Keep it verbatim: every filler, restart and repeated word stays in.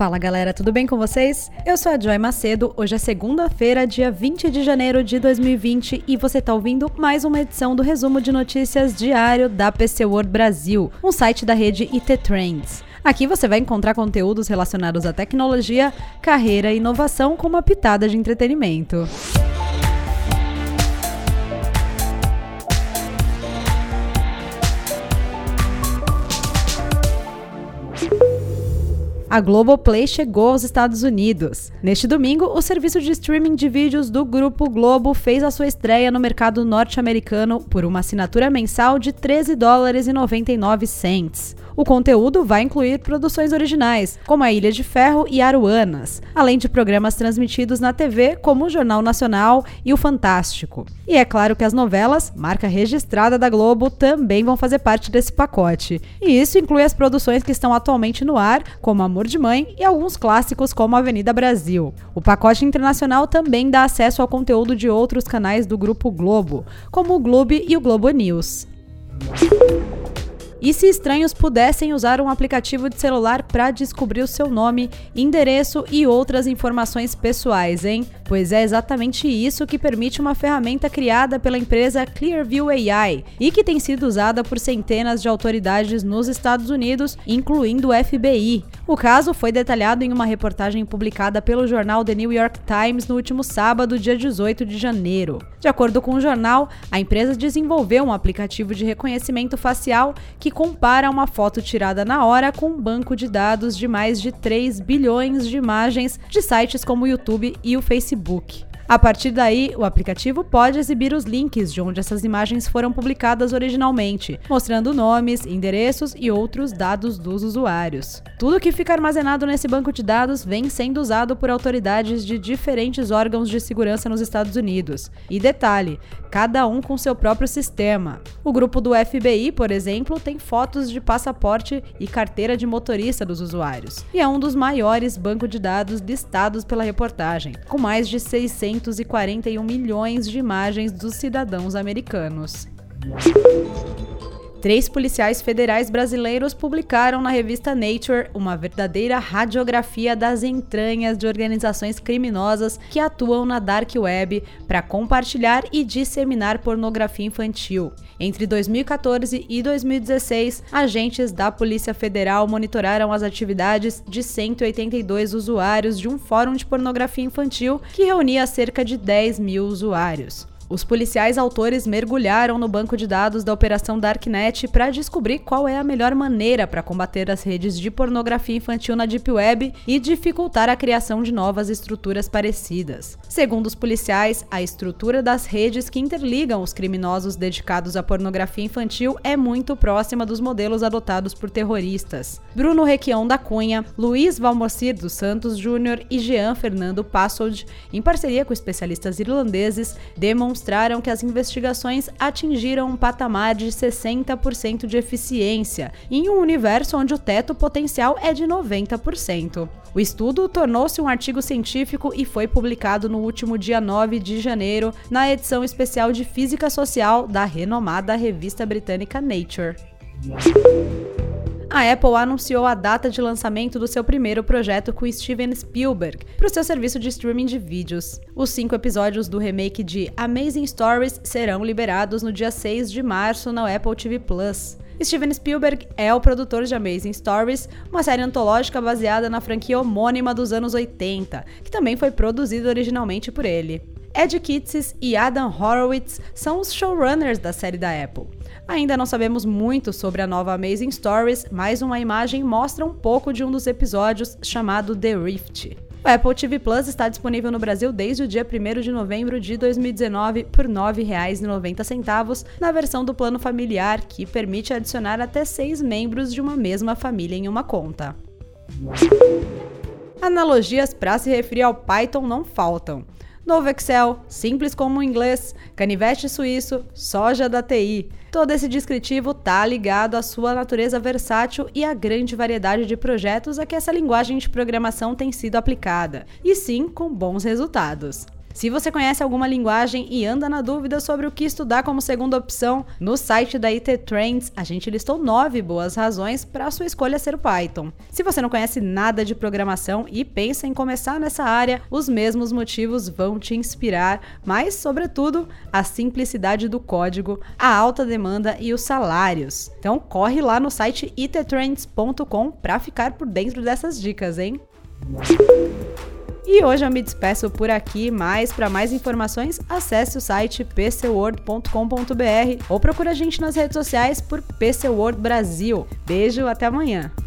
Fala galera, tudo bem com vocês? Eu sou a Joy Macedo, hoje é segunda-feira, dia vinte de janeiro de dois mil e vinte e você tá ouvindo mais uma edição do resumo de notícias diário da P C World Brasil, um site da rede I T Trends. Aqui você vai encontrar conteúdos relacionados à tecnologia, carreira e inovação com uma pitada de entretenimento. A Globoplay chegou aos Estados Unidos. Neste domingo, o serviço de streaming de vídeos do Grupo Globo fez a sua estreia no mercado norte-americano por uma assinatura mensal de treze dólares e noventa e nove centavos. O conteúdo vai incluir produções originais, como a Ilha de Ferro e Aruanas, além de programas transmitidos na T V, como o Jornal Nacional e o Fantástico. E é claro que as novelas, marca registrada da Globo, também vão fazer parte desse pacote. E isso inclui as produções que estão atualmente no ar, como Amor de Mãe e alguns clássicos como Avenida Brasil. O pacote internacional também dá acesso ao conteúdo de outros canais do Grupo Globo, como o Globo e o Globo News. E se estranhos pudessem usar um aplicativo de celular para descobrir o seu nome, endereço e outras informações pessoais, hein? Pois é exatamente isso que permite uma ferramenta criada pela empresa Clearview A I e que tem sido usada por centenas de autoridades nos Estados Unidos, incluindo o F B I. O caso foi detalhado em uma reportagem publicada pelo jornal The New York Times no último sábado, dia dezoito de janeiro. De acordo com o jornal, a empresa desenvolveu um aplicativo de reconhecimento facial que compara uma foto tirada na hora com um banco de dados de mais de três bilhões de imagens de sites como o YouTube e o Facebook. A partir daí, o aplicativo pode exibir os links de onde essas imagens foram publicadas originalmente, mostrando nomes, endereços e outros dados dos usuários. Tudo que fica armazenado nesse banco de dados vem sendo usado por autoridades de diferentes órgãos de segurança nos Estados Unidos. E detalhe, cada um com seu próprio sistema. O grupo do F B I, por exemplo, tem fotos de passaporte e carteira de motorista dos usuários. E é um dos maiores bancos de dados listados pela reportagem, com mais de seiscentos e quarenta e um milhões de imagens dos cidadãos americanos. Três policiais federais brasileiros publicaram na revista Nature uma verdadeira radiografia das entranhas de organizações criminosas que atuam na Dark Web para compartilhar e disseminar pornografia infantil. Entre dois mil e quatorze e dois mil e dezesseis, agentes da Polícia Federal monitoraram as atividades de cento e oitenta e dois usuários de um fórum de pornografia infantil que reunia cerca de dez mil usuários. Os policiais autores mergulharam no banco de dados da Operação Darknet para descobrir qual é a melhor maneira para combater as redes de pornografia infantil na Deep Web e dificultar a criação de novas estruturas parecidas. Segundo os policiais, a estrutura das redes que interligam os criminosos dedicados à pornografia infantil é muito próxima dos modelos adotados por terroristas. Bruno Requião da Cunha, Luiz Valmocir dos Santos Júnior e Jean Fernando Passold, em parceria com especialistas irlandeses, demonstraram mostraram que as investigações atingiram um patamar de sessenta por cento de eficiência, em um universo onde o teto potencial é de noventa por cento. O estudo tornou-se um artigo científico e foi publicado no último dia nove de janeiro, na edição especial de Física Social da renomada revista britânica Nature. A Apple anunciou a data de lançamento do seu primeiro projeto com Steven Spielberg para o seu serviço de streaming de vídeos. Os cinco episódios do remake de Amazing Stories serão liberados no dia seis de março na Apple T V Plus. Steven Spielberg é o produtor de Amazing Stories, uma série antológica baseada na franquia homônima dos anos oitenta, que também foi produzida originalmente por ele. Ed Kitsis e Adam Horowitz são os showrunners da série da Apple. Ainda não sabemos muito sobre a nova Amazing Stories, mas uma imagem mostra um pouco de um dos episódios, chamado The Rift. O Apple T V Plus está disponível no Brasil desde o dia primeiro de novembro de dois mil e dezenove por nove reais e noventa centavos na versão do plano familiar, que permite adicionar até seis membros de uma mesma família em uma conta. Analogias para se referir ao Python não faltam. Novo Excel, simples como o inglês, canivete suíço, soja da T I. Todo esse descritivo tá ligado à sua natureza versátil e à grande variedade de projetos a que essa linguagem de programação tem sido aplicada, e sim com bons resultados. Se você conhece alguma linguagem e anda na dúvida sobre o que estudar como segunda opção, no site da I T Trends a gente listou nove boas razões para a sua escolha ser o Python. Se você não conhece nada de programação e pensa em começar nessa área, os mesmos motivos vão te inspirar, mas, sobretudo, a simplicidade do código, a alta demanda e os salários. Então corre lá no site i t trends ponto com para ficar por dentro dessas dicas, hein? E hoje eu me despeço por aqui, mas para mais informações acesse o site p c world ponto com ponto b r ou procure a gente nas redes sociais por P C World Brasil. Beijo, até amanhã!